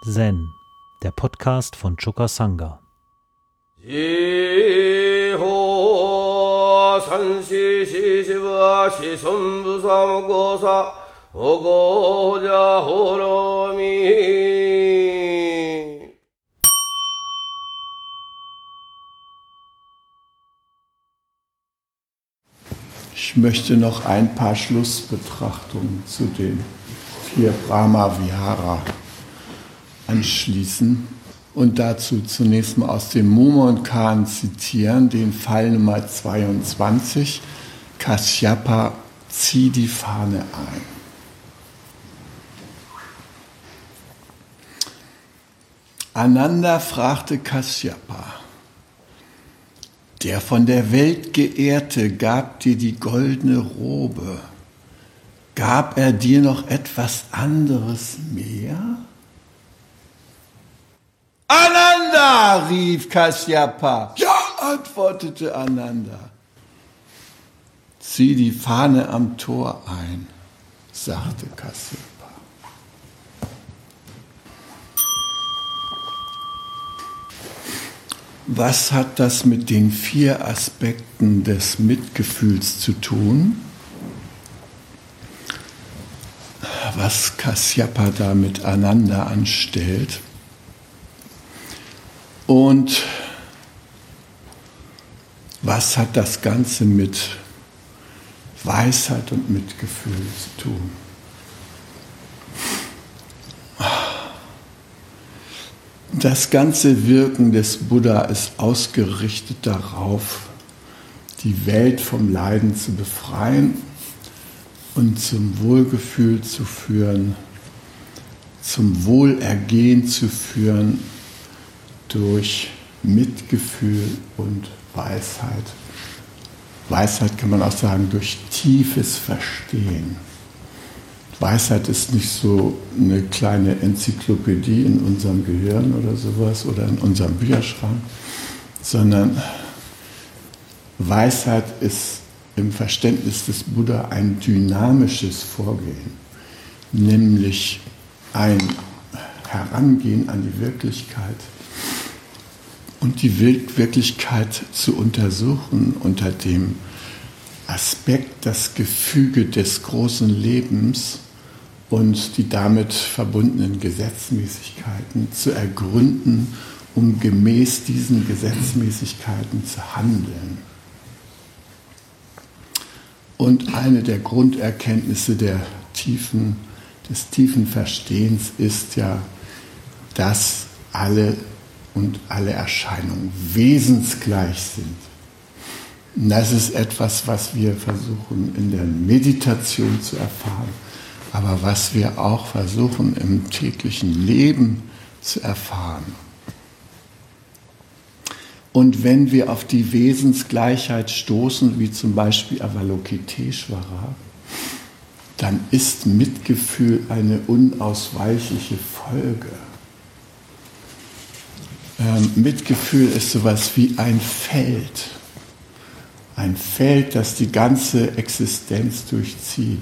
Zen, der Podcast von Choka Sangha. Ich möchte noch ein paar Schlussbetrachtungen zu den 4 Brahma-Vihara anschließen und dazu zunächst mal aus dem Mumonkan zitieren, den Fall Nummer 22. Kashyapa, zieh die Fahne ein. Ananda fragte Kashyapa: Der von der Welt Geehrte gab dir die goldene Robe. Gab er dir noch etwas anderes mehr? Ananda, rief Kashyapa. Ja, antwortete Ananda. Zieh die Fahne am Tor ein, sagte Kashyapa. Was hat das mit den 4 Aspekten des Mitgefühls zu tun? Was Kashyapa da mit Ananda anstellt? Und was hat das Ganze mit Weisheit und Mitgefühl zu tun? Das ganze Wirken des Buddha ist ausgerichtet darauf, die Welt vom Leiden zu befreien und zum Wohlgefühl zu führen, zum Wohlergehen zu führen durch Mitgefühl und Weisheit. Weisheit kann man auch sagen durch tiefes Verstehen. Weisheit ist nicht so eine kleine Enzyklopädie in unserem Gehirn oder sowas oder in unserem Bücherschrank, sondern Weisheit ist im Verständnis des Buddha ein dynamisches Vorgehen, nämlich ein Herangehen an die Wirklichkeit und die Wirklichkeit zu untersuchen unter dem Aspekt, das Gefüge des großen Lebens und die damit verbundenen Gesetzmäßigkeiten zu ergründen, um gemäß diesen Gesetzmäßigkeiten zu handeln. Und eine der Grunderkenntnisse des tiefen Verstehens ist ja, dass alle Erscheinungen wesensgleich sind. Und das ist etwas, was wir versuchen in der Meditation zu erfahren, aber was wir auch versuchen im täglichen Leben zu erfahren. Und wenn wir auf die Wesensgleichheit stoßen, wie zum Beispiel Avalokiteshvara, dann ist Mitgefühl eine unausweichliche Folge. Mitgefühl ist sowas wie ein Feld, das die ganze Existenz durchzieht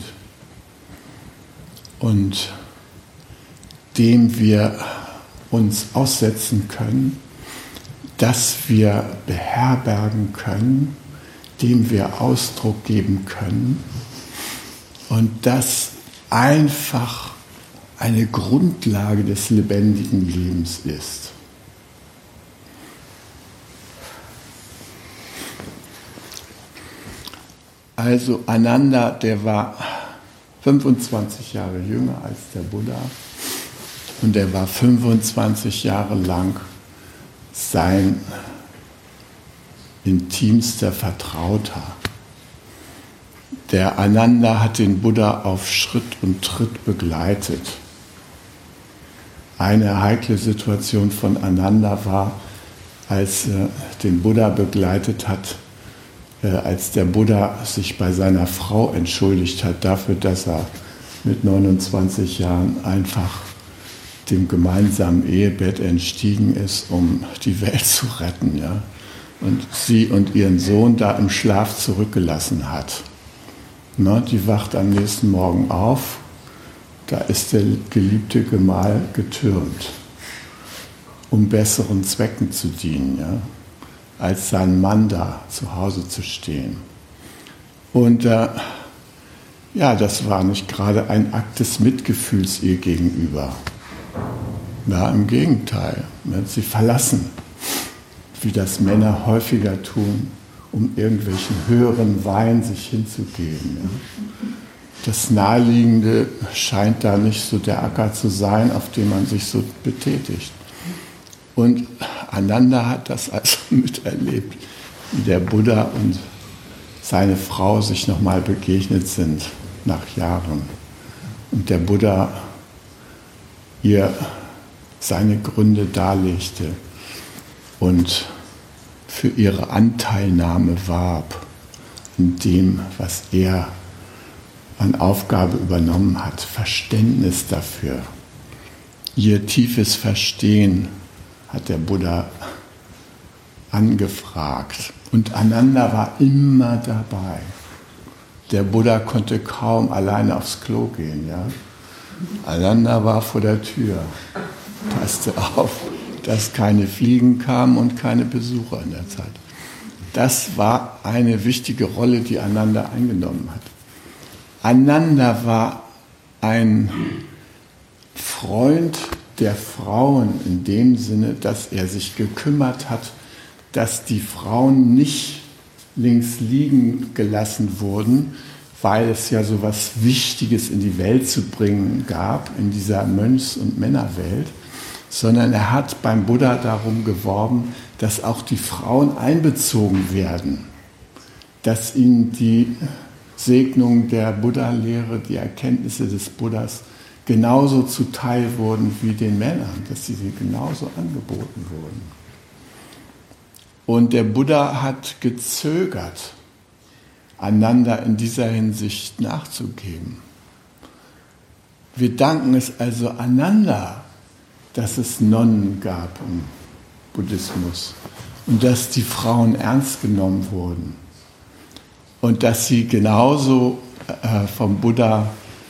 und dem wir uns aussetzen können, das wir beherbergen können, dem wir Ausdruck geben können und das einfach eine Grundlage des lebendigen Lebens ist. Also Ananda, der war 25 Jahre jünger als der Buddha und er war 25 Jahre lang sein intimster Vertrauter. Der Ananda hat den Buddha auf Schritt und Tritt begleitet. Eine heikle Situation von Ananda war, als er den Buddha begleitet hat, als der Buddha sich bei seiner Frau entschuldigt hat dafür, dass er mit 29 Jahren einfach dem gemeinsamen Ehebett entstiegen ist, um die Welt zu retten, ja? Und sie und ihren Sohn da im Schlaf zurückgelassen hat. Die wacht am nächsten Morgen auf, da ist der geliebte Gemahl getürmt. um besseren Zwecken zu dienen, ja, als sein Mann da zu Hause zu stehen. Und ja, das war nicht gerade ein Akt des Mitgefühls ihr gegenüber. Ja, im Gegenteil. Man hat sie verlassen, wie das Männer häufiger tun, um irgendwelchen höheren Wein sich hinzugeben. Ja. Das Naheliegende scheint da nicht so der Acker zu sein, auf dem man sich so betätigt. Und Ananda hat das also miterlebt, wie der Buddha und seine Frau sich nochmal begegnet sind nach Jahren. Und der Buddha ihr seine Gründe darlegte und für ihre Anteilnahme warb in dem, was er an Aufgabe übernommen hat, Verständnis dafür. Ihr tiefes Verstehen hat der Buddha angefragt. Und Ananda war immer dabei. Der Buddha konnte kaum alleine aufs Klo gehen. Ja? Ananda war vor der Tür, passte auf, dass keine Fliegen kamen und keine Besucher in der Zeit. Das war eine wichtige Rolle, die Ananda eingenommen hat. Ananda war ein Freund der Frauen in dem Sinne, dass er sich gekümmert hat, dass die Frauen nicht links liegen gelassen wurden, weil es ja so etwas Wichtiges in die Welt zu bringen gab, in dieser Mönchs- und Männerwelt, sondern er hat beim Buddha darum geworben, dass auch die Frauen einbezogen werden, dass ihnen die Segnung der Buddha-Lehre, die Erkenntnisse des Buddhas genauso zuteil wurden wie den Männern, dass sie genauso angeboten wurden. Und der Buddha hat gezögert, Ananda in dieser Hinsicht nachzugeben. Wir danken es also Ananda, dass es Nonnen gab im Buddhismus und dass die Frauen ernst genommen wurden und dass sie genauso vom Buddha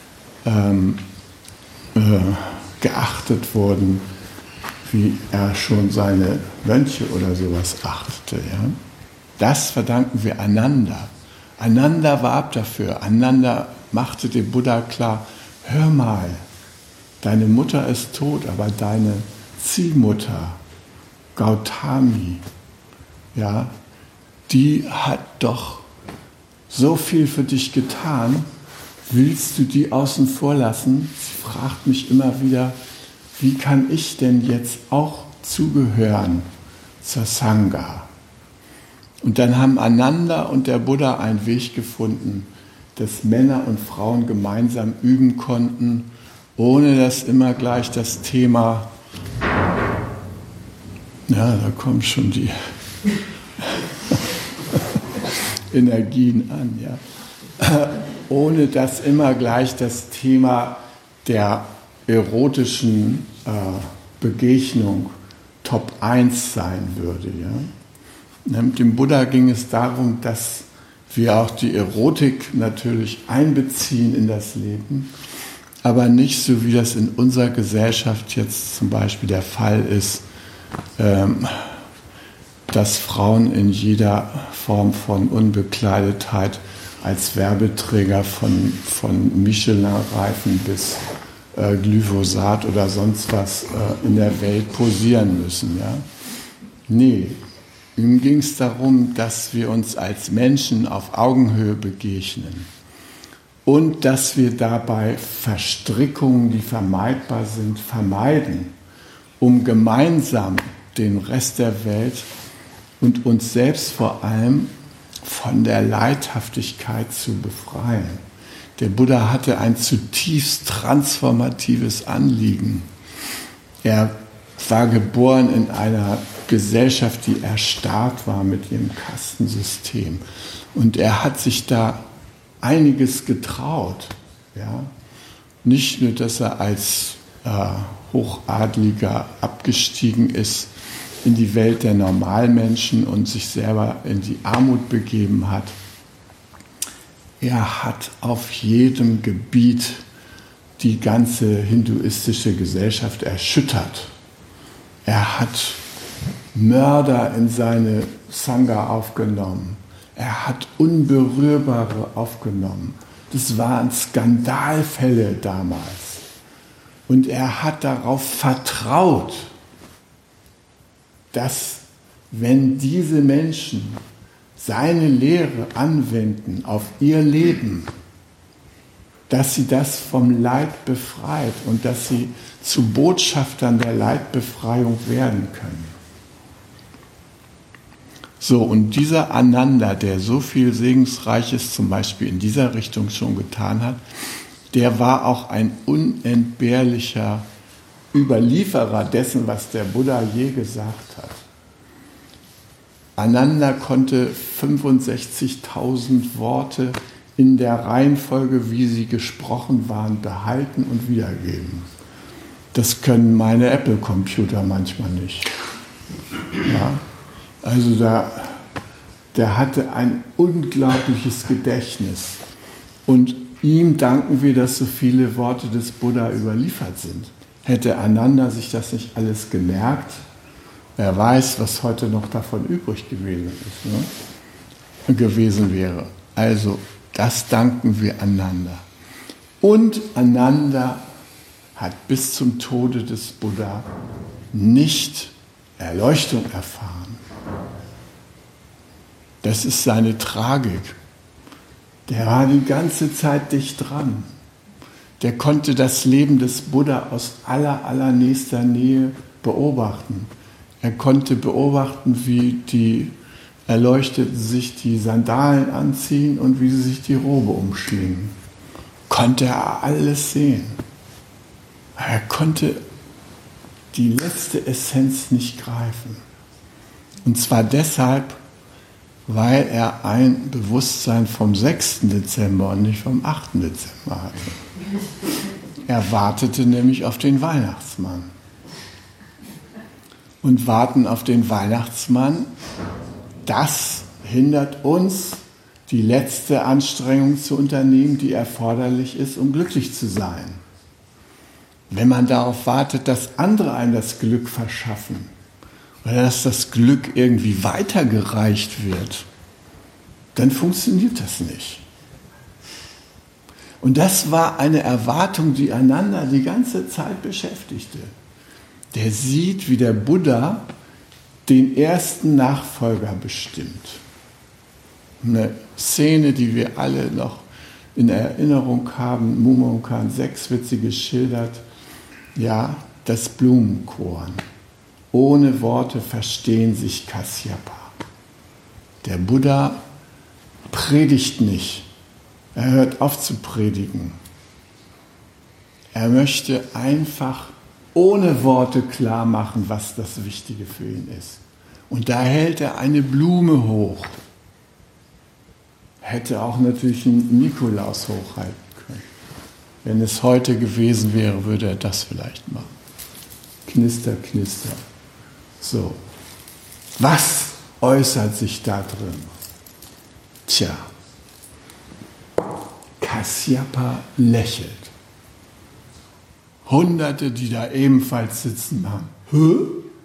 geachtet wurden, wie er schon seine Mönche oder sowas achtete. Ja? Das verdanken wir Ananda. Ananda warb dafür. Ananda machte dem Buddha klar, hör mal, deine Mutter ist tot, aber deine Ziehmutter, Gautami, ja, die hat doch so viel für dich getan. Willst du die außen vor lassen? Sie fragt mich immer wieder, wie kann ich denn jetzt auch zugehören zur Sangha? Und dann haben Ananda und der Buddha einen Weg gefunden, dass Männer und Frauen gemeinsam üben konnten, ohne dass immer gleich das Thema, ja, da kommen schon die Energien an, ja. Ohne dass immer gleich das Thema der erotischen Begegnung Top 1 sein würde. Ja? Mit dem Buddha ging es darum, dass wir auch die Erotik natürlich einbeziehen in das Leben, aber nicht so, wie das in unserer Gesellschaft jetzt zum Beispiel der Fall ist, dass Frauen in jeder Form von Unbekleidetheit als Werbeträger von Michelin-Reifen bis Glyphosat oder sonst was in der Welt posieren müssen. Ja? Nee, ihm ging es darum, dass wir uns als Menschen auf Augenhöhe begegnen und dass wir dabei Verstrickungen, die vermeidbar sind, vermeiden, um gemeinsam den Rest der Welt und uns selbst vor allem von der Leidhaftigkeit zu befreien. Der Buddha hatte ein zutiefst transformatives Anliegen. Er war geboren in einer Gesellschaft, die erstarrt war mit ihrem Kastensystem. Und er hat sich da einiges getraut. Ja? Nicht nur, dass er als Hochadliger abgestiegen ist in die Welt der Normalmenschen und sich selber in die Armut begeben hat. Er hat auf jedem Gebiet die ganze hinduistische Gesellschaft erschüttert. Er hat Mörder in seine Sangha aufgenommen. Er hat Unberührbare aufgenommen. Das waren Skandalfälle damals. Und er hat darauf vertraut, dass wenn diese Menschen seine Lehre anwenden auf ihr Leben, dass sie das vom Leid befreit und dass sie zu Botschaftern der Leidbefreiung werden können. So, und dieser Ananda, der so viel Segensreiches zum Beispiel in dieser Richtung schon getan hat, der war auch ein unentbehrlicher Überlieferer dessen, was der Buddha je gesagt hat. Ananda konnte 65.000 Worte in der Reihenfolge, wie sie gesprochen waren, behalten und wiedergeben. Das können meine Apple-Computer manchmal nicht. Ja? Also der hatte ein unglaubliches Gedächtnis. Und ihm danken wir, dass so viele Worte des Buddha überliefert sind. Hätte Ananda sich das nicht alles gemerkt, wer weiß, was heute noch davon übrig gewesen wäre. Also, das danken wir Ananda. Und Ananda hat bis zum Tode des Buddha nicht Erleuchtung erfahren. Das ist seine Tragik. Der war die ganze Zeit dicht dran. Der konnte das Leben des Buddha aus allernächster Nähe beobachten. Er konnte beobachten, wie die Erleuchteten sich die Sandalen anziehen und wie sie sich die Robe umschlingen. Konnte er alles sehen. Er konnte die letzte Essenz nicht greifen. Und zwar deshalb, weil er ein Bewusstsein vom 6. Dezember und nicht vom 8. Dezember hatte. Er wartete nämlich auf den Weihnachtsmann. Und warten auf den Weihnachtsmann, das hindert uns, die letzte Anstrengung zu unternehmen, die erforderlich ist, um glücklich zu sein. Wenn man darauf wartet, dass andere einem das Glück verschaffen oder dass das Glück irgendwie weitergereicht wird, dann funktioniert das nicht. Und das war eine Erwartung, die Ananda die ganze Zeit beschäftigte. Der sieht, wie der Buddha den ersten Nachfolger bestimmt. Eine Szene, die wir alle noch in Erinnerung haben, Mumonkan 6 wird sie geschildert, ja, das Blumenkorn. Ohne Worte verstehen sich Kasyapa. Der Buddha predigt nicht. Er hört auf zu predigen. Er möchte einfach ohne Worte klar machen, was das Wichtige für ihn ist. Und da hält er eine Blume hoch. Hätte auch natürlich einen Nikolaus hochhalten können. Wenn es heute gewesen wäre, würde er das vielleicht machen. Knister, knister. So. Was äußert sich da drin? Tja. Kasyapa lächelt. Hunderte, die da ebenfalls sitzen, haben. Hä?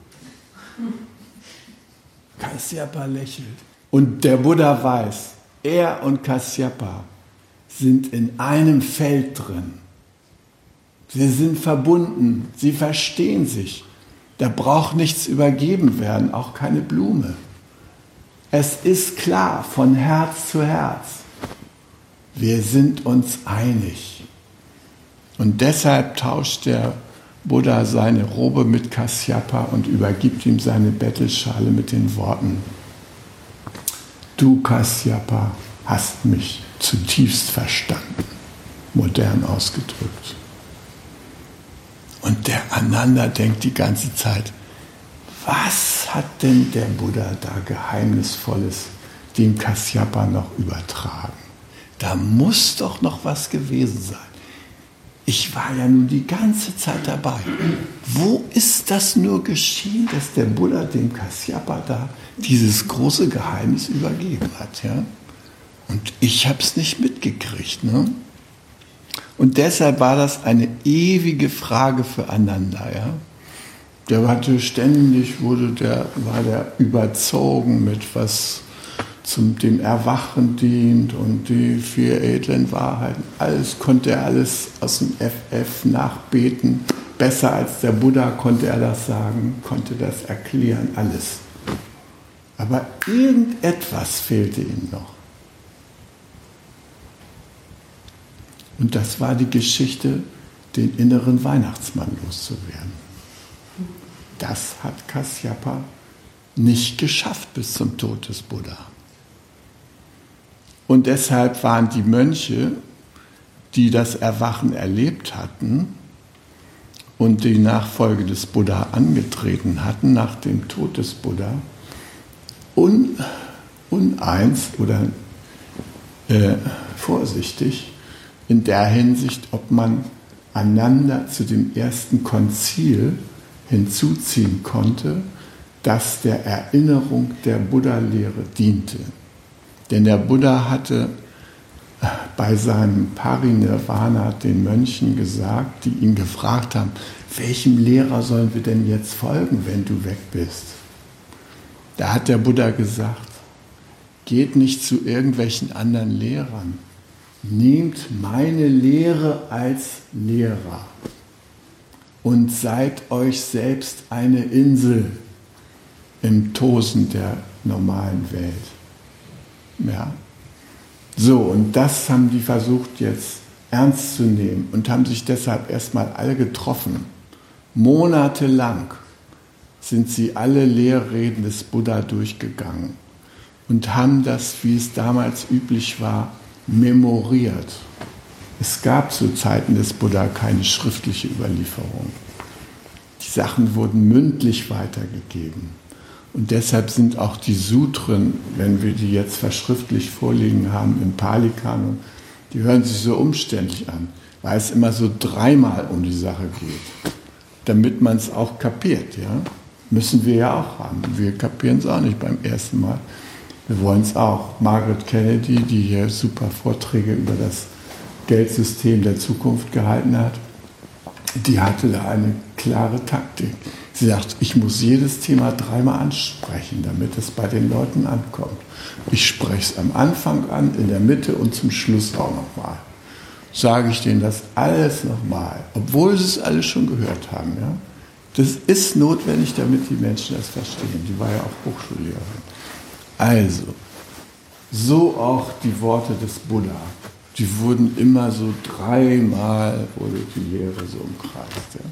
Kasyapa lächelt. Und der Buddha weiß, er und Kasyapa sind in einem Feld drin. Sie sind verbunden, sie verstehen sich. Da braucht nichts übergeben werden, auch keine Blume. Es ist klar, von Herz zu Herz. Wir sind uns einig. Und deshalb tauscht der Buddha seine Robe mit Kasyapa und übergibt ihm seine Bettelschale mit den Worten: Du, Kasyapa, hast mich zutiefst verstanden, modern ausgedrückt. Und der Ananda denkt die ganze Zeit, was hat denn der Buddha da Geheimnisvolles dem Kasyapa noch übertragen? Da muss doch noch was gewesen sein. Ich war ja nun die ganze Zeit dabei. Wo ist das nur geschehen, dass der Buddha dem Kasyapa da dieses große Geheimnis übergeben hat? Ja? Und ich habe es nicht mitgekriegt. Ne? Und deshalb war das eine ewige Frage für Ananda. Ja? Der hatte ständig, war der überzogen mit was dem Erwachen dient und die 4 edlen Wahrheiten. Konnte er alles aus dem FF nachbeten. Besser als der Buddha konnte er das sagen, konnte das erklären, alles. Aber irgendetwas fehlte ihm noch. Und das war die Geschichte, den inneren Weihnachtsmann loszuwerden. Das hat Kasyapa nicht geschafft bis zum Tod des Buddha. Und deshalb waren die Mönche, die das Erwachen erlebt hatten und die Nachfolge des Buddha angetreten hatten nach dem Tod des Buddha, uneins oder vorsichtig in der Hinsicht, ob man Ananda zu dem ersten Konzil hinzuziehen konnte, das der Erinnerung der Buddha-Lehre diente. Denn der Buddha hatte bei seinem Parinirvana den Mönchen gesagt, die ihn gefragt haben, welchem Lehrer sollen wir denn jetzt folgen, wenn du weg bist? Da hat der Buddha gesagt, geht nicht zu irgendwelchen anderen Lehrern, nehmt meine Lehre als Lehrer und seid euch selbst eine Insel im Tosen der normalen Welt. Ja. So, und das haben die versucht jetzt ernst zu nehmen und haben sich deshalb erstmal alle getroffen. Monatelang sind sie alle Lehrreden des Buddha durchgegangen und haben das, wie es damals üblich war, memoriert. Es gab zu Zeiten des Buddha keine schriftliche Überlieferung. Die Sachen wurden mündlich weitergegeben. Und deshalb sind auch die Sutren, wenn wir die jetzt verschriftlich vorliegen haben im Pali-Kanon, die hören sich so umständlich an, weil es immer so 3-mal um die Sache geht. Damit man es auch kapiert, ja? Müssen wir ja auch haben. Wir kapieren es auch nicht beim ersten Mal. Wir wollen es auch. Margaret Kennedy, die hier super Vorträge über das Geldsystem der Zukunft gehalten hat, die hatte da eine klare Taktik. Sie sagt, ich muss jedes Thema 3-mal ansprechen, damit es bei den Leuten ankommt. Ich spreche es am Anfang an, in der Mitte und zum Schluss auch nochmal. Sage ich denen das alles nochmal, obwohl sie es alles schon gehört haben. Ja? Das ist notwendig, damit die Menschen das verstehen. Die war ja auch Hochschullehrerin. Also, so auch die Worte des Buddha. Die wurden immer so 3-mal, wurde die Lehre so umkreist. Ja?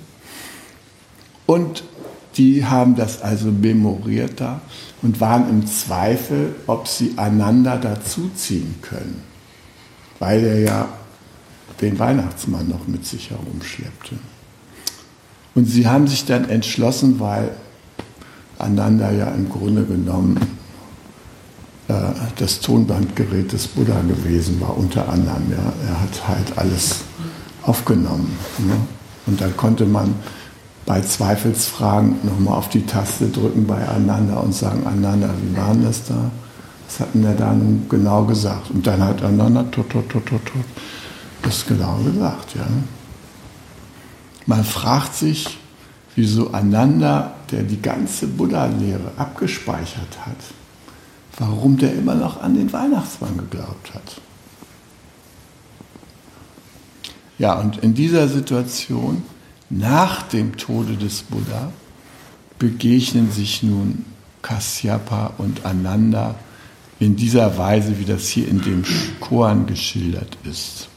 Und die haben das also memoriert da und waren im Zweifel, ob sie Ananda dazuziehen können, weil er ja den Weihnachtsmann noch mit sich herumschleppte. Und sie haben sich dann entschlossen, weil Ananda ja im Grunde genommen das Tonbandgerät des Buddha gewesen war, unter anderem. Ja. Er hat halt alles aufgenommen. Ne? Und dann konnte man bei Zweifelsfragen nochmal auf die Taste drücken bei Ananda und sagen, Ananda, wie war denn das da? Was hat denn der da nun genau gesagt? Und dann hat Ananda das genau gesagt. Ja. Man fragt sich, wieso Ananda, der die ganze Buddha-Lehre abgespeichert hat, warum der immer noch an den Weihnachtsmann geglaubt hat. Ja, und in dieser Situation, nach dem Tode des Buddha, begegnen sich nun Kasyapa und Ananda in dieser Weise, wie das hier in dem Koan geschildert ist.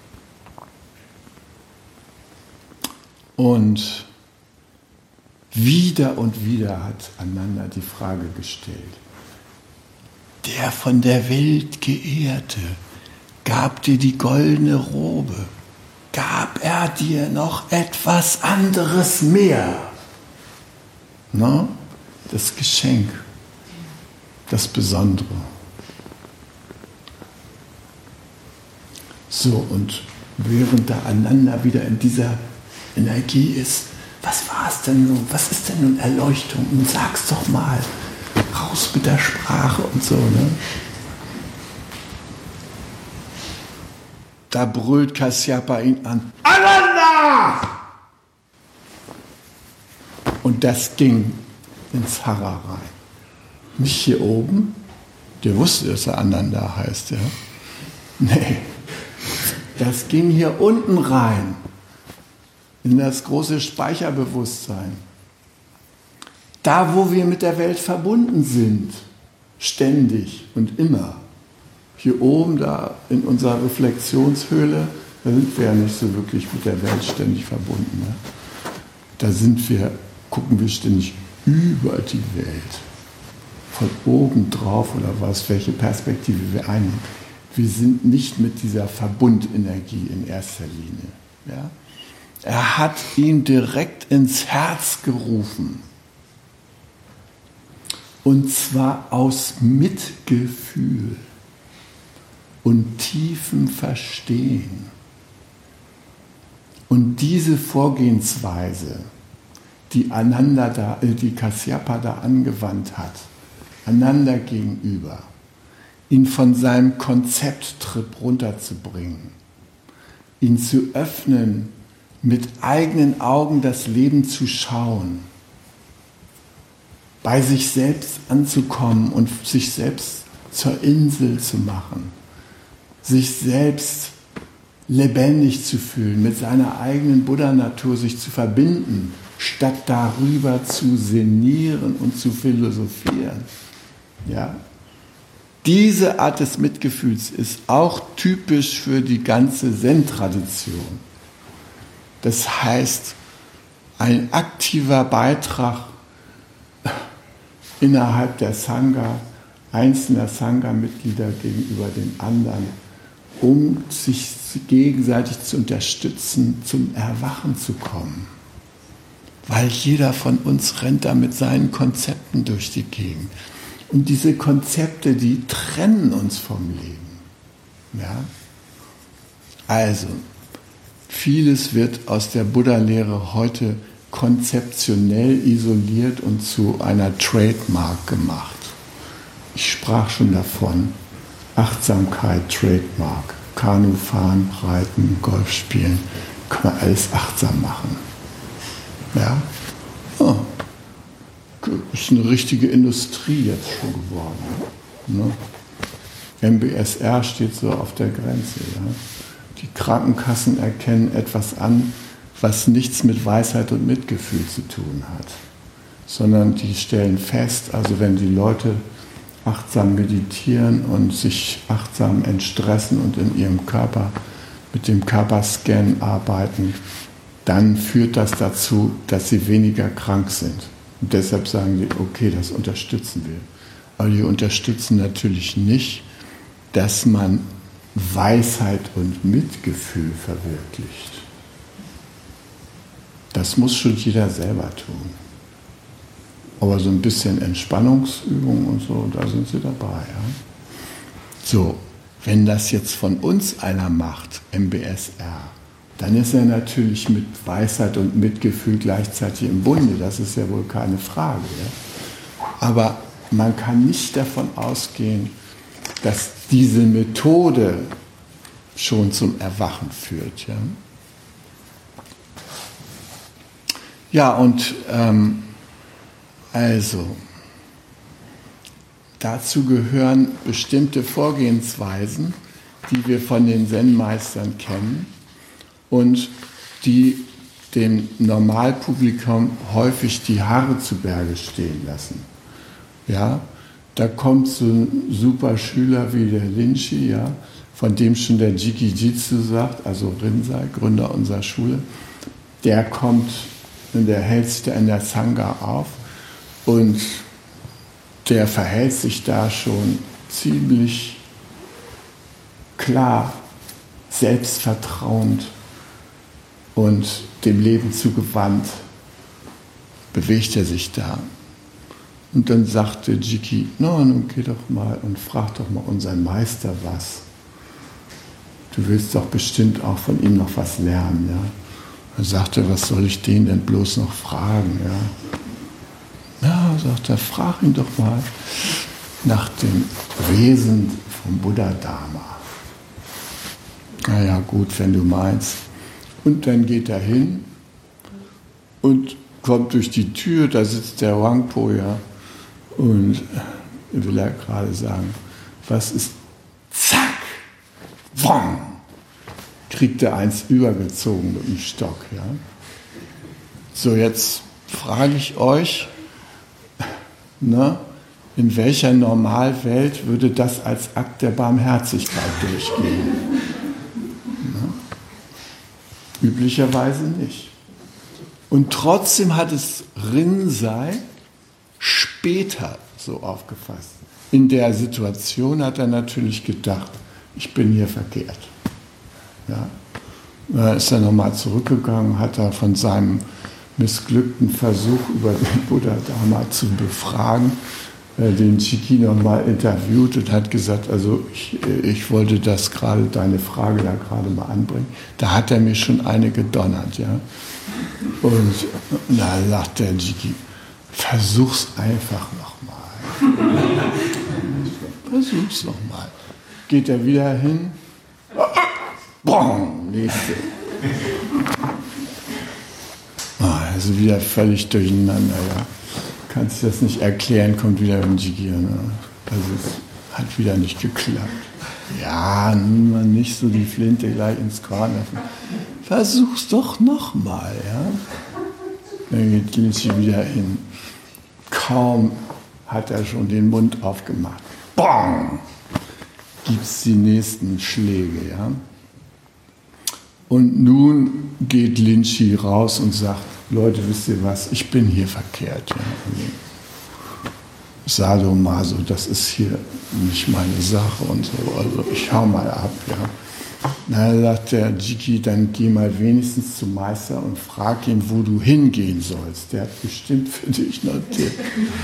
Und wieder hat Ananda die Frage gestellt, der von der Welt Geehrte gab dir die goldene Robe. Gab er dir noch etwas anderes mehr? No? Das Geschenk, das Besondere. So, und während da Ananda wieder in dieser Energie ist, was war es denn nun? Was ist denn nun Erleuchtung? Nun sag's doch mal. Raus mit der Sprache und so, ne? Da brüllt Kasyapa ihn an. Ananda! Und das ging ins Hara rein. Nicht hier oben, der wusste, dass er Ananda heißt, ja. Nee, das ging hier unten rein, in das große Speicherbewusstsein. Da, wo wir mit der Welt verbunden sind, ständig und immer. Hier oben, da in unserer Reflexionshöhle, da sind wir ja nicht so wirklich mit der Welt ständig verbunden. Ne? Da gucken wir ständig über die Welt. Von oben drauf oder was, welche Perspektive wir einnehmen. Wir sind nicht mit dieser Verbundenergie in erster Linie. Ja? Er hat ihn direkt ins Herz gerufen. Und zwar aus Mitgefühl und tiefem Verstehen. Und diese Vorgehensweise, die die Kasyapa da angewandt hat, Ananda gegenüber, ihn von seinem Konzepttrip runterzubringen, ihn zu öffnen, mit eigenen Augen das Leben zu schauen, bei sich selbst anzukommen und sich selbst zur Insel zu machen, sich selbst lebendig zu fühlen, mit seiner eigenen Buddha-Natur sich zu verbinden, statt darüber zu sinnieren und zu philosophieren. Ja? Diese Art des Mitgefühls ist auch typisch für die ganze Zen-Tradition. Das heißt, ein aktiver Beitrag innerhalb der Sangha, einzelner Sangha-Mitglieder gegenüber den anderen, um sich gegenseitig zu unterstützen, zum Erwachen zu kommen. Weil jeder von uns rennt da mit seinen Konzepten durch die Gegend. Und diese Konzepte, die trennen uns vom Leben. Ja? Also, vieles wird aus der Buddha-Lehre heute konzeptionell isoliert und zu einer Trademark gemacht. Ich sprach schon davon, Achtsamkeit, Trademark, Kanu fahren, reiten, Golf spielen, kann man alles achtsam machen. Ja? Oh. Ist eine richtige Industrie jetzt schon geworden. Ne? MBSR steht so auf der Grenze. Ja? Die Krankenkassen erkennen etwas an, was nichts mit Weisheit und Mitgefühl zu tun hat, sondern die stellen fest, also wenn die Leute achtsam meditieren und sich achtsam entstressen und in ihrem Körper mit dem Körperscan arbeiten, dann führt das dazu, dass sie weniger krank sind. Und deshalb sagen die, okay, das unterstützen wir. Aber die unterstützen natürlich nicht, dass man Weisheit und Mitgefühl verwirklicht. Das muss schon jeder selber tun. Aber so ein bisschen Entspannungsübung und so, da sind sie dabei. Ja? So, wenn das jetzt von uns einer macht, MBSR, dann ist er natürlich mit Weisheit und Mitgefühl gleichzeitig im Bunde. Das ist ja wohl keine Frage. Ja? Aber man kann nicht davon ausgehen, dass diese Methode schon zum Erwachen führt. Ja, ja und also, dazu gehören bestimmte Vorgehensweisen, die wir von den Zen-Meistern kennen und die dem Normalpublikum häufig die Haare zu Berge stehen lassen. Ja, da kommt so ein super Schüler wie der Linchi, ja, von dem schon der Jiki Jitsu sagt, also Rinzai, Gründer unserer Schule, der kommt und der hält sich da in der Sangha auf und der verhält sich da schon ziemlich klar, selbstvertrauend und dem Leben zugewandt, bewegt er sich da. Und dann sagte Jiki, nun geh doch mal und frag doch mal unseren Meister was. Du willst doch bestimmt auch von ihm noch was lernen. Ja? Dann sagte er, was soll ich den denn bloß noch fragen? Ja, sagt er, frag ihn doch mal nach dem Wesen vom Buddha-Dharma. Na ja, gut, wenn du meinst. Und dann geht er hin und kommt durch die Tür, da sitzt der Wangpo, ja, und will er gerade sagen, was ist, zack, wong, kriegt er eins übergezogen mit dem Stock, ja. So, jetzt frage ich euch, ne, in welcher Normalwelt würde das als Akt der Barmherzigkeit durchgehen? Ne? Üblicherweise nicht. Und trotzdem hat es Rinzai später so aufgefasst. In der Situation hat er natürlich gedacht, ich bin hier verkehrt. Ja. Da ist er nochmal zurückgegangen, hat er von seinem missglückten Versuch, über den Buddha Dharma zu befragen, den Jigyi nochmal interviewt und hat gesagt, also ich wollte das gerade, deine Frage da gerade mal anbringen. Da hat er mir schon eine gedonnert, ja. Und da sagt der Jigyi, versuch's einfach nochmal. Versuch's nochmal. Geht er wieder hin, bong, nächste. Also wieder völlig durcheinander, ja. Kannst du das nicht erklären, kommt wieder ein Jigyi. Ne? Also es hat wieder nicht geklappt. Ja, nun mal nicht so die Flinte gleich ins Korn werfen. Versuch's doch nochmal, ja. Dann geht Linchi wieder hin. Kaum hat er schon den Mund aufgemacht. Bong! Gibt's die nächsten Schläge, ja. Und nun geht Linchi raus und sagt, Leute, wisst ihr was, ich bin hier verkehrt. Ja. Sado Maso, das ist hier nicht meine Sache und so, also ich hau mal ab. Ja. Na, sagt der Jigyi, dann geh mal wenigstens zum Meister und frag ihn, wo du hingehen sollst. Der hat bestimmt für dich noch einen Tipp.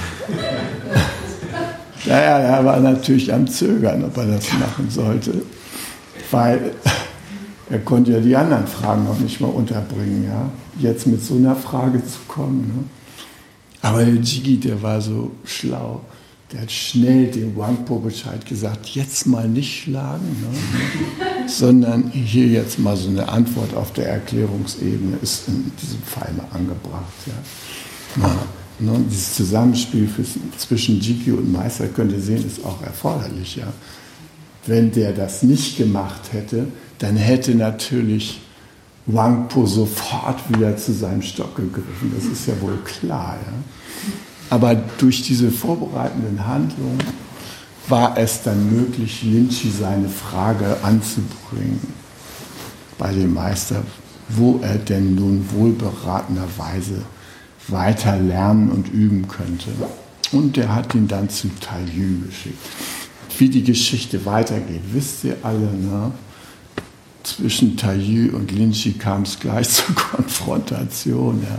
Naja, er war natürlich am Zögern, ob er das machen sollte, weil er konnte ja die anderen Fragen noch nicht mal unterbringen, ja. Jetzt mit so einer Frage zu kommen. Ne? Aber der Jigyi, der war so schlau, der hat schnell dem Wangpo Bescheid gesagt, jetzt mal nicht schlagen, ne? Sondern hier jetzt mal so eine Antwort auf der Erklärungsebene ist in diesem Fall mal angebracht. Ja. Na, ne? Dieses Zusammenspiel zwischen Jigyi und Meister, könnt ihr sehen, ist auch erforderlich. Ja. Wenn der das nicht gemacht hätte, dann hätte natürlich Wangpo sofort wieder zu seinem Stock gegriffen. Das ist ja wohl klar. Ja? Aber durch diese vorbereitenden Handlungen war es dann möglich, Linchi seine Frage anzubringen bei dem Meister, wo er denn nun wohlberatenerweise weiter lernen und üben könnte. Und der hat ihn dann zu Taiyu geschickt. Wie die Geschichte weitergeht, wisst ihr alle, ne? Zwischen Taiyu und Linchi kam es gleich zur Konfrontation. Ja.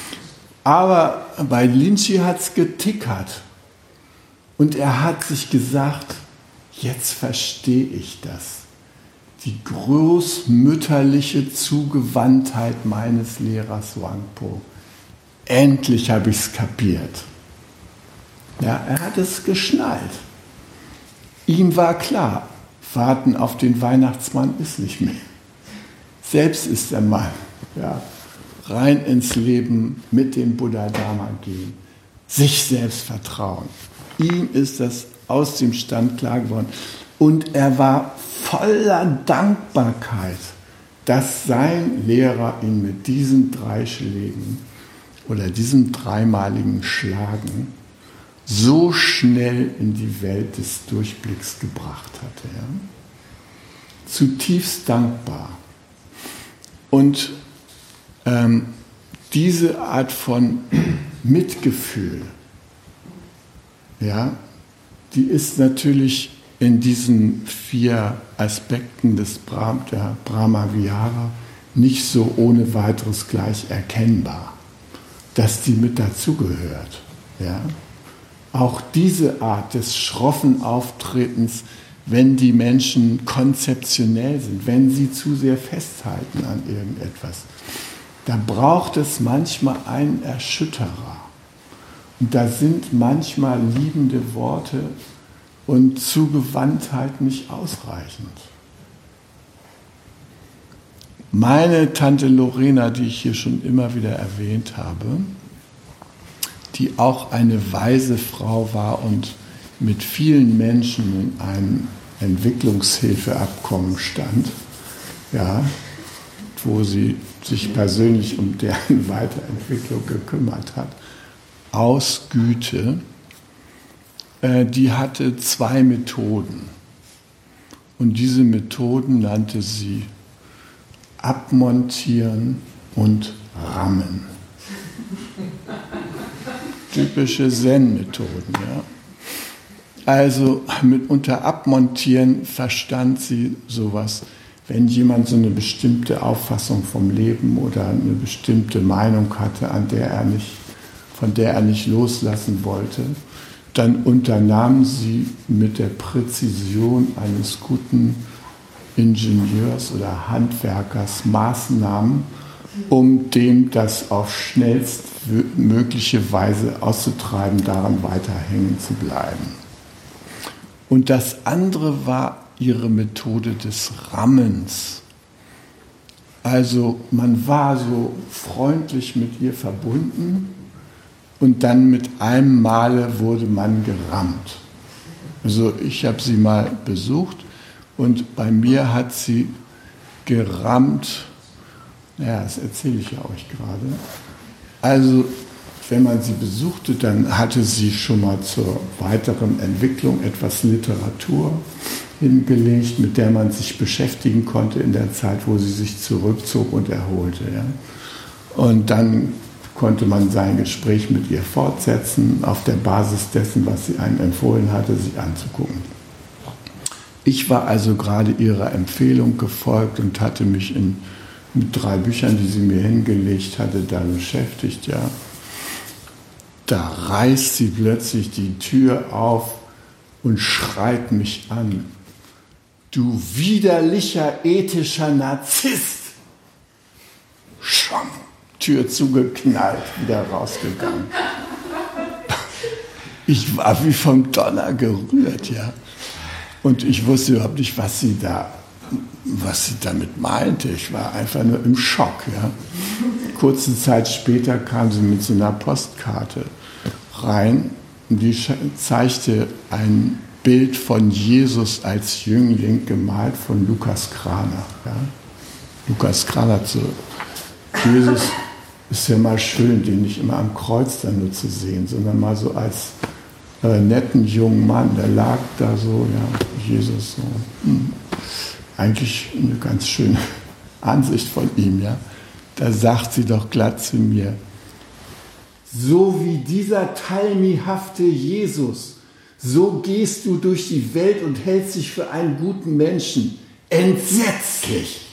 Aber bei Linchi hat es getickert. Und er hat sich gesagt, jetzt verstehe ich das. Die großmütterliche Zugewandtheit meines Lehrers Wangpo. Endlich habe ich es kapiert. Ja, er hat es geschnallt. Ihm war klar, Warten auf den Weihnachtsmann ist nicht mehr. Selbst ist der Mann. Ja. Rein ins Leben mit dem Buddha Dharma gehen. Sich selbst vertrauen. Ihm ist das aus dem Stand klar geworden. Und er war voller Dankbarkeit, dass sein Lehrer ihn mit diesen 3 Schlägen oder diesem dreimaligen Schlagen so schnell in die Welt des Durchblicks gebracht hatte. Ja? Zutiefst dankbar. Und diese Art von Mitgefühl, ja, die ist natürlich in diesen 4 Aspekten des der Brahma-Vihara nicht so ohne weiteres gleich erkennbar, dass die mit dazugehört. Ja? Auch diese Art des schroffen Auftretens, wenn die Menschen konzeptionell sind, wenn sie zu sehr festhalten an irgendetwas, da braucht es manchmal einen Erschütterer. Und da sind manchmal liebende Worte und Zugewandtheit nicht ausreichend. Meine Tante Lorena, die ich hier schon immer wieder erwähnt habe, die auch eine weise Frau war und mit vielen Menschen in einem Entwicklungshilfeabkommen stand, ja, wo sie sich persönlich um deren Weiterentwicklung gekümmert hat, aus Güte, die hatte 2 Methoden. Und diese Methoden nannte sie Abmontieren und Rammen. Typische Zen-Methoden, ja. Also unter Abmontieren verstand sie sowas, wenn jemand so eine bestimmte Auffassung vom Leben oder eine bestimmte Meinung hatte, von der er nicht loslassen wollte, dann unternahm sie mit der Präzision eines guten Ingenieurs oder Handwerkers Maßnahmen, um dem das auf schnellstmögliche Weise auszutreiben, daran weiter hängen zu bleiben. Und das andere war ihre Methode des Rammens. Also man war so freundlich mit ihr verbunden und dann mit einem Male wurde man gerammt. Also ich habe sie mal besucht und bei mir hat sie gerammt, naja, das erzähle ich ja euch gerade. Also wenn man sie besuchte, dann hatte sie schon mal zur weiteren Entwicklung etwas Literatur hingelegt, mit der man sich beschäftigen konnte in der Zeit, wo sie sich zurückzog und erholte. Ja. Und dann konnte man sein Gespräch mit ihr fortsetzen, auf der Basis dessen, was sie einem empfohlen hatte, sich anzugucken. Ich war also gerade ihrer Empfehlung gefolgt und hatte mich mit 3 Büchern, die sie mir hingelegt hatte, da beschäftigt. Ja. Da reißt sie plötzlich die Tür auf und schreit mich an. Du widerlicher ethischer Narzisst! Schwamm, Tür zugeknallt, wieder rausgegangen. Ich war wie vom Donner gerührt, ja. Und ich wusste überhaupt nicht, was sie damit meinte. Ich war einfach nur im Schock, ja. Kurze Zeit später kam sie mit so einer Postkarte rein und die zeigte ein Bild von Jesus als Jüngling, gemalt von Lukas Kraner. Ja. Lukas Kraner zu Jesus ist ja mal schön, den nicht immer am Kreuz dann nur zu sehen, sondern mal so als netten jungen Mann, der lag da so, ja, Jesus so. Eigentlich eine ganz schöne Ansicht von ihm, ja. Da sagt sie doch glatt zu mir, so wie dieser talmihafte Jesus, so gehst du durch die Welt und hältst dich für einen guten Menschen. Entsetzlich!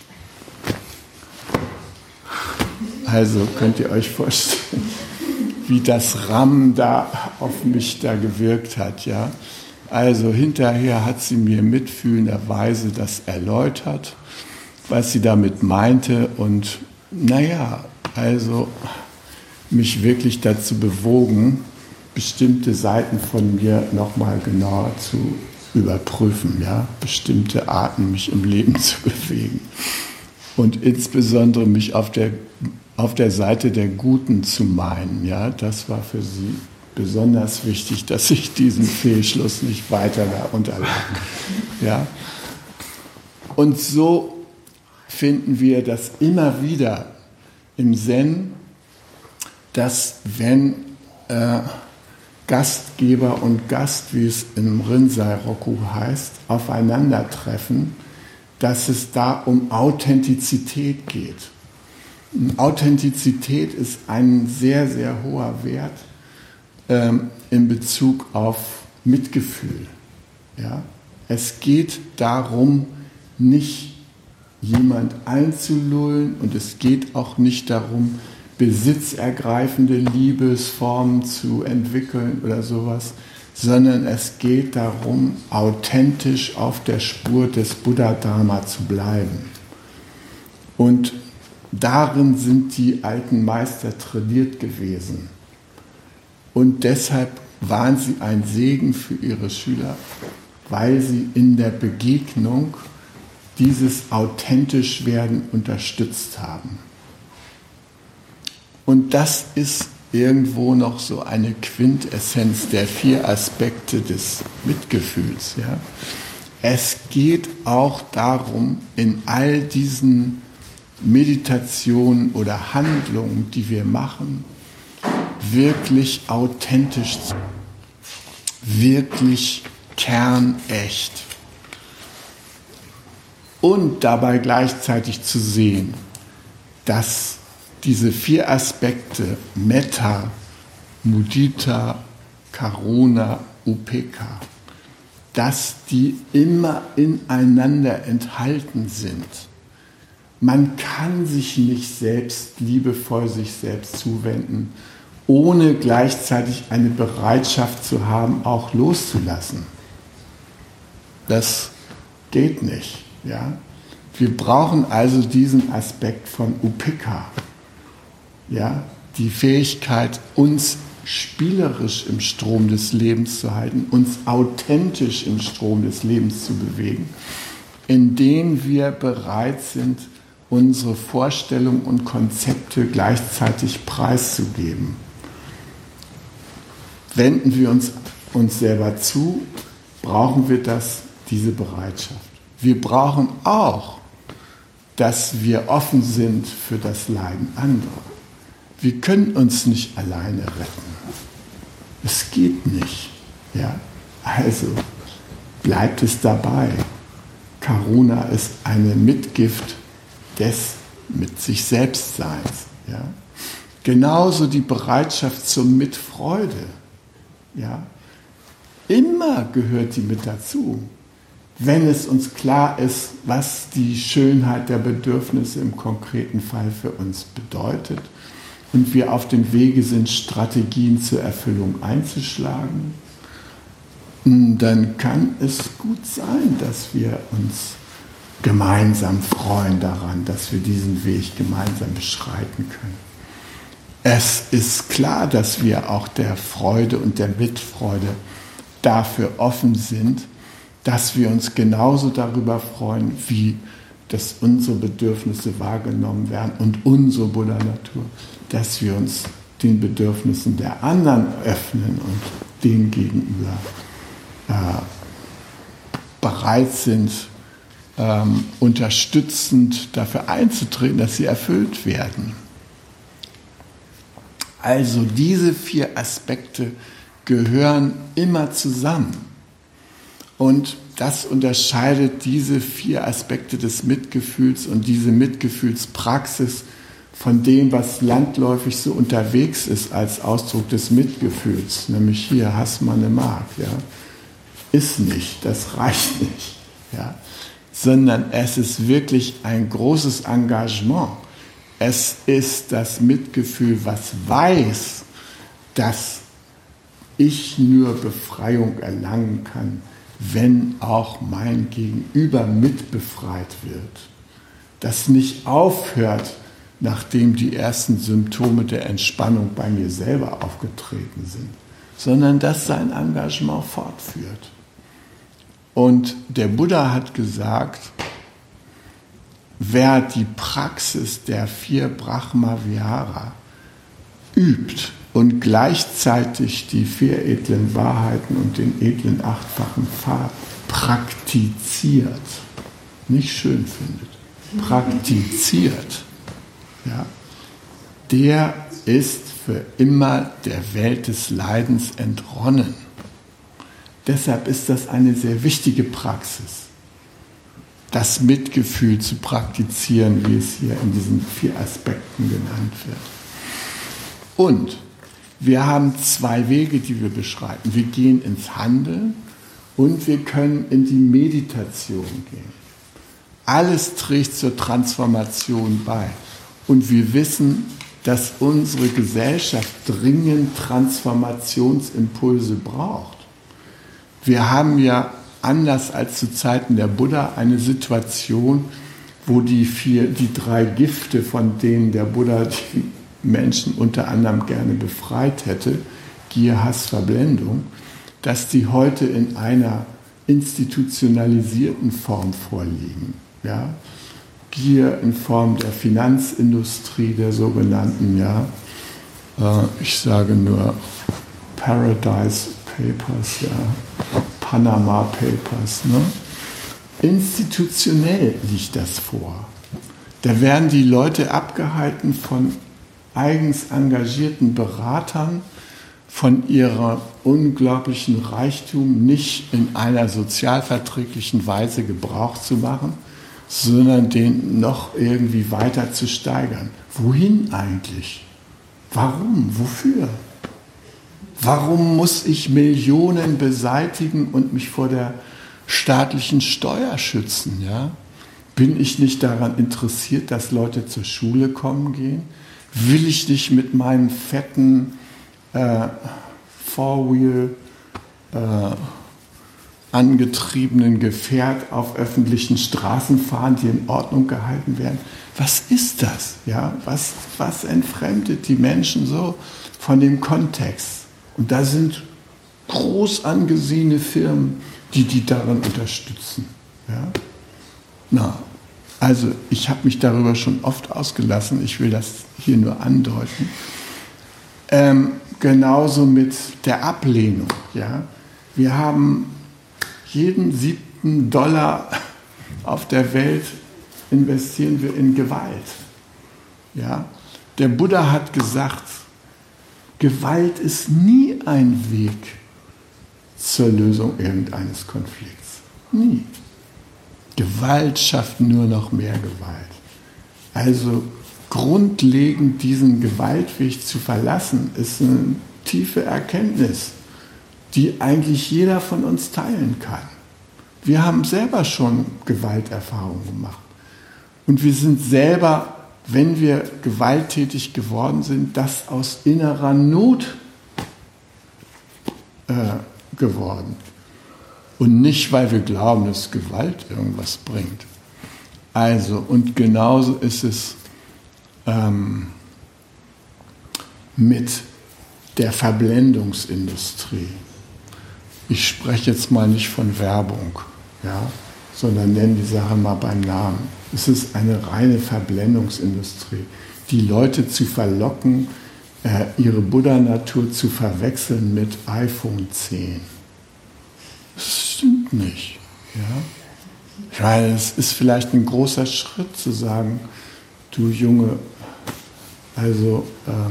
Also könnt ihr euch vorstellen, wie das Rammen da auf mich da gewirkt hat, ja. Also hinterher hat sie mir mitfühlenderweise das erläutert, was sie damit meinte und naja, also mich wirklich dazu bewogen, bestimmte Seiten von mir nochmal genauer zu überprüfen, ja, bestimmte Arten, mich im Leben zu bewegen und insbesondere mich auf der Seite der Guten zu meinen, ja, das war für sie besonders wichtig, dass ich diesen Fehlschluss nicht weiter da unterlag, ja. Und so finden wir das immer wieder im Zen, dass wenn Gastgeber und Gast, wie es im Rinzai-Roku heißt, aufeinandertreffen, dass es da um Authentizität geht. Und Authentizität ist ein sehr, sehr hoher Wert in Bezug auf Mitgefühl. Ja? Es geht darum, nicht jemand einzulullen und es geht auch nicht darum, besitzergreifende Liebesformen zu entwickeln oder sowas, sondern es geht darum, authentisch auf der Spur des Buddha-Dharma zu bleiben. Und darin sind die alten Meister trainiert gewesen. Und deshalb waren sie ein Segen für ihre Schüler, weil sie in der Begegnung dieses authentisch werden unterstützt haben. Und das ist irgendwo noch so eine Quintessenz der 4 Aspekte des Mitgefühls. Ja? Es geht auch darum, in all diesen Meditationen oder Handlungen, die wir machen, wirklich authentisch, wirklich kernecht und dabei gleichzeitig zu sehen, dass diese 4 Aspekte Metta, Mudita, Karuna, Upekkha, dass die immer ineinander enthalten sind. Man kann sich nicht selbst liebevoll sich selbst zuwenden, ohne gleichzeitig eine Bereitschaft zu haben, auch loszulassen. Das geht nicht. Ja? Wir brauchen also diesen Aspekt von Upekkha. Ja? Die Fähigkeit, uns spielerisch im Strom des Lebens zu halten, uns authentisch im Strom des Lebens zu bewegen, indem wir bereit sind, unsere Vorstellungen und Konzepte gleichzeitig preiszugeben. Wenden wir uns selber zu, brauchen wir diese Bereitschaft. Wir brauchen auch, dass wir offen sind für das Leiden anderer. Wir können uns nicht alleine retten. Es geht nicht. Ja? Also bleibt es dabei. Karuna ist eine Mitgift des mit sich Selbstseins. Ja? Genauso die Bereitschaft zur Mitfreude. Ja? Immer gehört sie mit dazu. Wenn es uns klar ist, was die Schönheit der Bedürfnisse im konkreten Fall für uns bedeutet und wir auf dem Wege sind, Strategien zur Erfüllung einzuschlagen, dann kann es gut sein, dass wir uns gemeinsam freuen daran, dass wir diesen Weg gemeinsam beschreiten können. Es ist klar, dass wir auch der Freude und der Mitfreude dafür offen sind, dass wir uns genauso darüber freuen, wie dass unsere Bedürfnisse wahrgenommen werden und unsere Buddha-Natur, dass wir uns den Bedürfnissen der anderen öffnen und denen gegenüber bereit sind, unterstützend dafür einzutreten, dass sie erfüllt werden. Also diese 4 Aspekte gehören immer zusammen. Und das unterscheidet diese 4 Aspekte des Mitgefühls und diese Mitgefühlspraxis von dem, was landläufig so unterwegs ist als Ausdruck des Mitgefühls, nämlich hier Hassmanne mag, ja, ist nicht, das reicht nicht, ja, sondern es ist wirklich ein großes Engagement. Es ist das Mitgefühl, was weiß, dass ich nur Befreiung erlangen kann, wenn auch mein Gegenüber mitbefreit wird. Das nicht aufhört, nachdem die ersten Symptome der Entspannung bei mir selber aufgetreten sind, sondern das sein Engagement fortführt. Und der Buddha hat gesagt, wer die Praxis der 4 Brahma-Vihara übt und gleichzeitig die 4 edlen Wahrheiten und den edlen 8-fachen Pfad praktiziert, nicht schön findet, praktiziert, ja, der ist für immer der Welt des Leidens entronnen. Deshalb ist das eine sehr wichtige Praxis, das Mitgefühl zu praktizieren, wie es hier in diesen 4 Aspekten genannt wird. Und wir haben 2 Wege, die wir beschreiten. Wir gehen ins Handeln und wir können in die Meditation gehen. Alles trägt zur Transformation bei. Und wir wissen, dass unsere Gesellschaft dringend Transformationsimpulse braucht. Wir haben ja, anders als zu Zeiten der Buddha, eine Situation, wo die 3 Gifte, von denen der Buddha die Menschen unter anderem gerne befreit hätte, Gier, Hass, Verblendung, dass die heute in einer institutionalisierten Form vorliegen. Ja? Gier in Form der Finanzindustrie, der sogenannten, ja, Ich sage nur Paradise Papers, ja, Panama Papers. Ne? Institutionell liegt das vor. Da werden die Leute abgehalten von eigens engagierten Beratern, von ihrer unglaublichen Reichtum nicht in einer sozialverträglichen Weise Gebrauch zu machen, sondern den noch irgendwie weiter zu steigern. Wohin eigentlich? Warum? Wofür? Warum muss ich Millionen beseitigen und mich vor der staatlichen Steuer schützen? Ja? Bin ich nicht daran interessiert, dass Leute zur Schule kommen gehen? Will ich nicht mit meinem fetten Four-Wheel angetriebenen Gefährt auf öffentlichen Straßen fahren, die in Ordnung gehalten werden? Was ist das? Ja? Was entfremdet die Menschen so von dem Kontext? Und da sind groß angesehene Firmen, die darin unterstützen. Ja? Na, also ich habe mich darüber schon oft ausgelassen, ich will das hier nur andeuten. Genauso mit der Ablehnung. Ja? Wir haben jeden 7. Dollar auf der Welt investieren wir in Gewalt. Ja? Der Buddha hat gesagt, Gewalt ist nie ein Weg zur Lösung irgendeines Konflikts. Nie. Gewalt schafft nur noch mehr Gewalt. Also grundlegend diesen Gewaltweg zu verlassen, ist eine tiefe Erkenntnis, die eigentlich jeder von uns teilen kann. Wir haben selber schon Gewalterfahrungen gemacht. Und wir sind selber, wenn wir gewalttätig geworden sind, das aus innerer Not geworden. Und nicht, weil wir glauben, dass Gewalt irgendwas bringt. Also, und genauso ist es mit der Verblendungsindustrie. Ich spreche jetzt mal nicht von Werbung, ja, sondern nenne die Sache mal beim Namen. Es ist eine reine Verblendungsindustrie, die Leute zu verlocken, ihre Buddha-Natur zu verwechseln mit iPhone 10. Das stimmt nicht. Ja? Ich meine, es ist vielleicht ein großer Schritt zu sagen, du Junge, also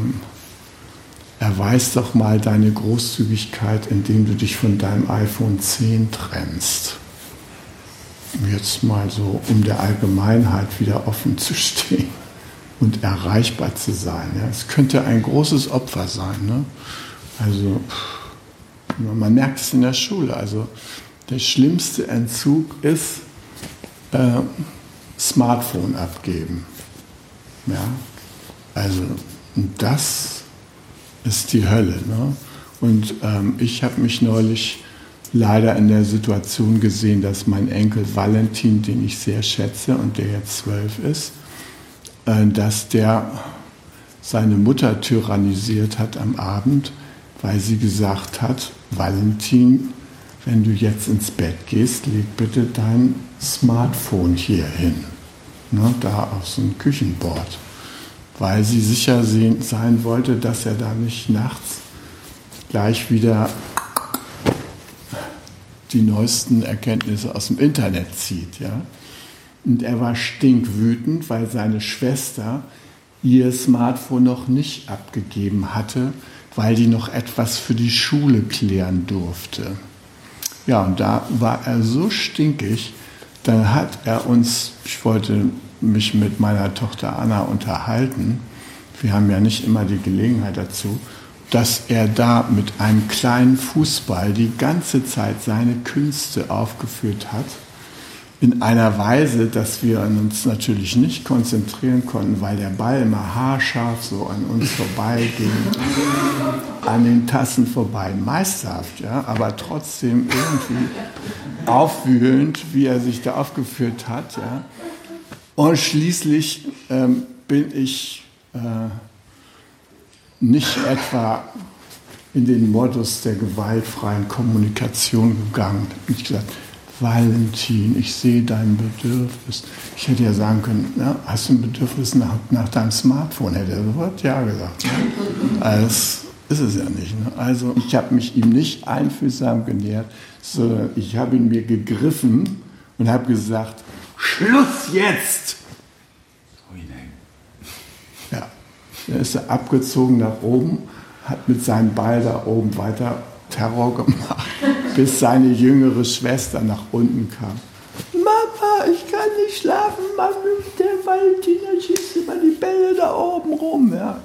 erweis doch mal deine Großzügigkeit, indem du dich von deinem iPhone 10 trennst. Jetzt mal so, um der Allgemeinheit wieder offen zu stehen und erreichbar zu sein. Ja? Es könnte ein großes Opfer sein. Ne? Also man merkt es in der Schule. Also der schlimmste Entzug ist Smartphone abgeben. Ja? Also das ist die Hölle. Ne? Und ich habe mich neulich leider in der Situation gesehen, dass mein Enkel Valentin, den ich sehr schätze und der jetzt 12 ist, dass der seine Mutter tyrannisiert hat am Abend, weil sie gesagt hat, Valentin, wenn du jetzt ins Bett gehst, leg bitte dein Smartphone hier hin, ne, da auf so ein Küchenbord, weil sie sicher sein wollte, dass er da nicht nachts gleich wieder die neuesten Erkenntnisse aus dem Internet zieht. Ja? Und er war stinkwütend, weil seine Schwester ihr Smartphone noch nicht abgegeben hatte, weil die noch etwas für die Schule klären durfte. Ja, und da war er so stinkig, dann hat er uns, ich wollte mich mit meiner Tochter Anna unterhalten, wir haben ja nicht immer die Gelegenheit dazu, dass er da mit einem kleinen Fußball die ganze Zeit seine Künste aufgeführt hat, in einer Weise, dass wir uns natürlich nicht konzentrieren konnten, weil der Ball immer haarscharf so an uns vorbeiging, an den Tassen vorbei, meisterhaft, ja, aber trotzdem irgendwie aufwühlend, wie er sich da aufgeführt hat. Ja. Und schließlich bin ich nicht etwa in den Modus der gewaltfreien Kommunikation gegangen. Ich habe gesagt, Valentin, ich sehe dein Bedürfnis. Ich hätte ja sagen können, ja, hast du ein Bedürfnis nach deinem Smartphone? Hätte er sofort ja gesagt. Das ist es ja nicht. Ne? Also ich habe mich ihm nicht einfühlsam genähert, sondern ich habe ihn mir gegriffen und habe gesagt, Schluss jetzt! Ja, dann ist er abgezogen nach oben, hat mit seinem Ball da oben weiter Terror gemacht, bis seine jüngere Schwester nach unten kam. Mama, ich kann nicht schlafen, Mann, der Valentina schießt immer die Bälle da oben rum. Ja.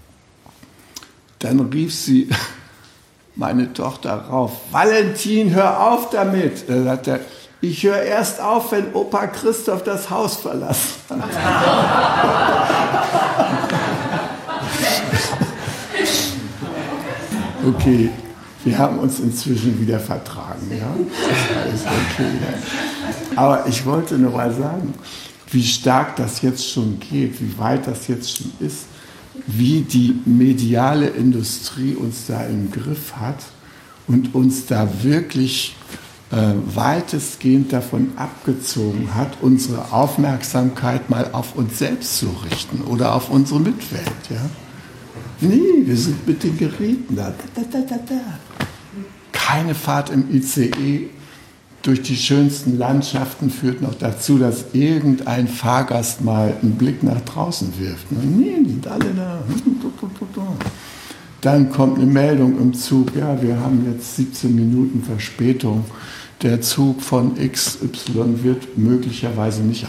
Dann rief sie meine Tochter rauf, Valentin, hör auf damit. Da sagt er, ich höre erst auf, wenn Opa Christoph das Haus verlassen hat. Okay, wir haben uns inzwischen wieder vertragen, ja? Alles okay. Ja? Aber ich wollte nur mal sagen, wie stark das jetzt schon geht, wie weit das jetzt schon ist, wie die mediale Industrie uns da im Griff hat und uns da wirklich weitestgehend davon abgezogen hat, unsere Aufmerksamkeit mal auf uns selbst zu richten oder auf unsere Mitwelt, ja? Nee, wir sind mit den Geräten da. Keine Fahrt im ICE durch die schönsten Landschaften führt noch dazu, dass irgendein Fahrgast mal einen Blick nach draußen wirft. Nee, die sind alle da. Dann kommt eine Meldung im Zug, ja, wir haben jetzt 17 Minuten Verspätung. Der Zug von XY wird möglicherweise nicht...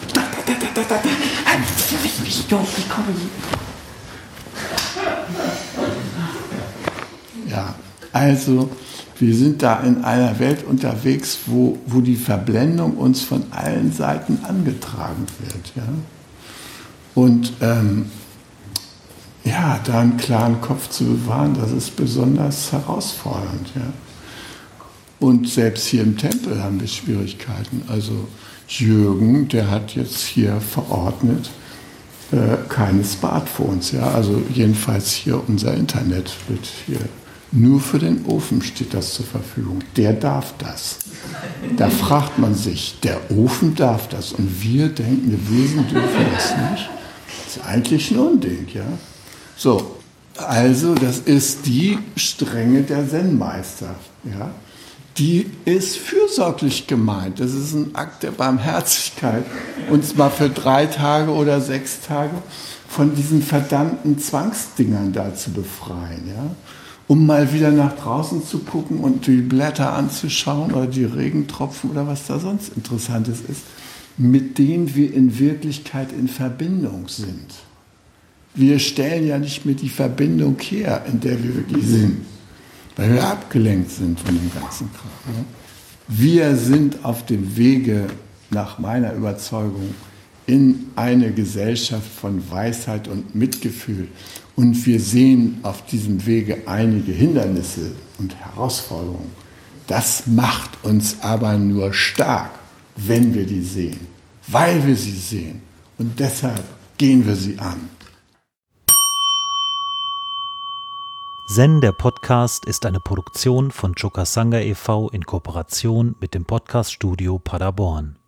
Ja, also wir sind da in einer Welt unterwegs, wo die Verblendung uns von allen Seiten angetragen wird. Ja? Und da einen klaren Kopf zu bewahren, das ist besonders herausfordernd. Ja? Und selbst hier im Tempel haben wir Schwierigkeiten. Also Jürgen, der hat jetzt hier verordnet, keine Smartphones. Ja? Also jedenfalls hier unser Internet wird hier... Nur für den Ofen steht das zur Verfügung. Der darf das. Da fragt man sich, der Ofen darf das und wir denken, wir Wesen dürfen das nicht. Das ist eigentlich ein Unding, ja. So, also das ist die Strenge der Zen-Meister, ja. Die ist fürsorglich gemeint. Das ist ein Akt der Barmherzigkeit, uns mal für 3 Tage oder 6 Tage von diesen verdammten Zwangsdingern da zu befreien, ja. Um mal wieder nach draußen zu gucken und die Blätter anzuschauen oder die Regentropfen oder was da sonst Interessantes ist, mit denen wir in Wirklichkeit in Verbindung sind. Wir stellen ja nicht mehr die Verbindung her, in der wir wirklich sind, weil wir abgelenkt sind von dem ganzen Kram. Ne? Wir sind auf dem Wege, nach meiner Überzeugung, in eine Gesellschaft von Weisheit und Mitgefühl. Und wir sehen auf diesem Wege einige Hindernisse und Herausforderungen. Das macht uns aber nur stark, wenn wir die sehen, weil wir sie sehen. Und deshalb gehen wir sie an. Zen, der Podcast, ist eine Produktion von Chokasanga e.V. in Kooperation mit dem Podcaststudio Paderborn.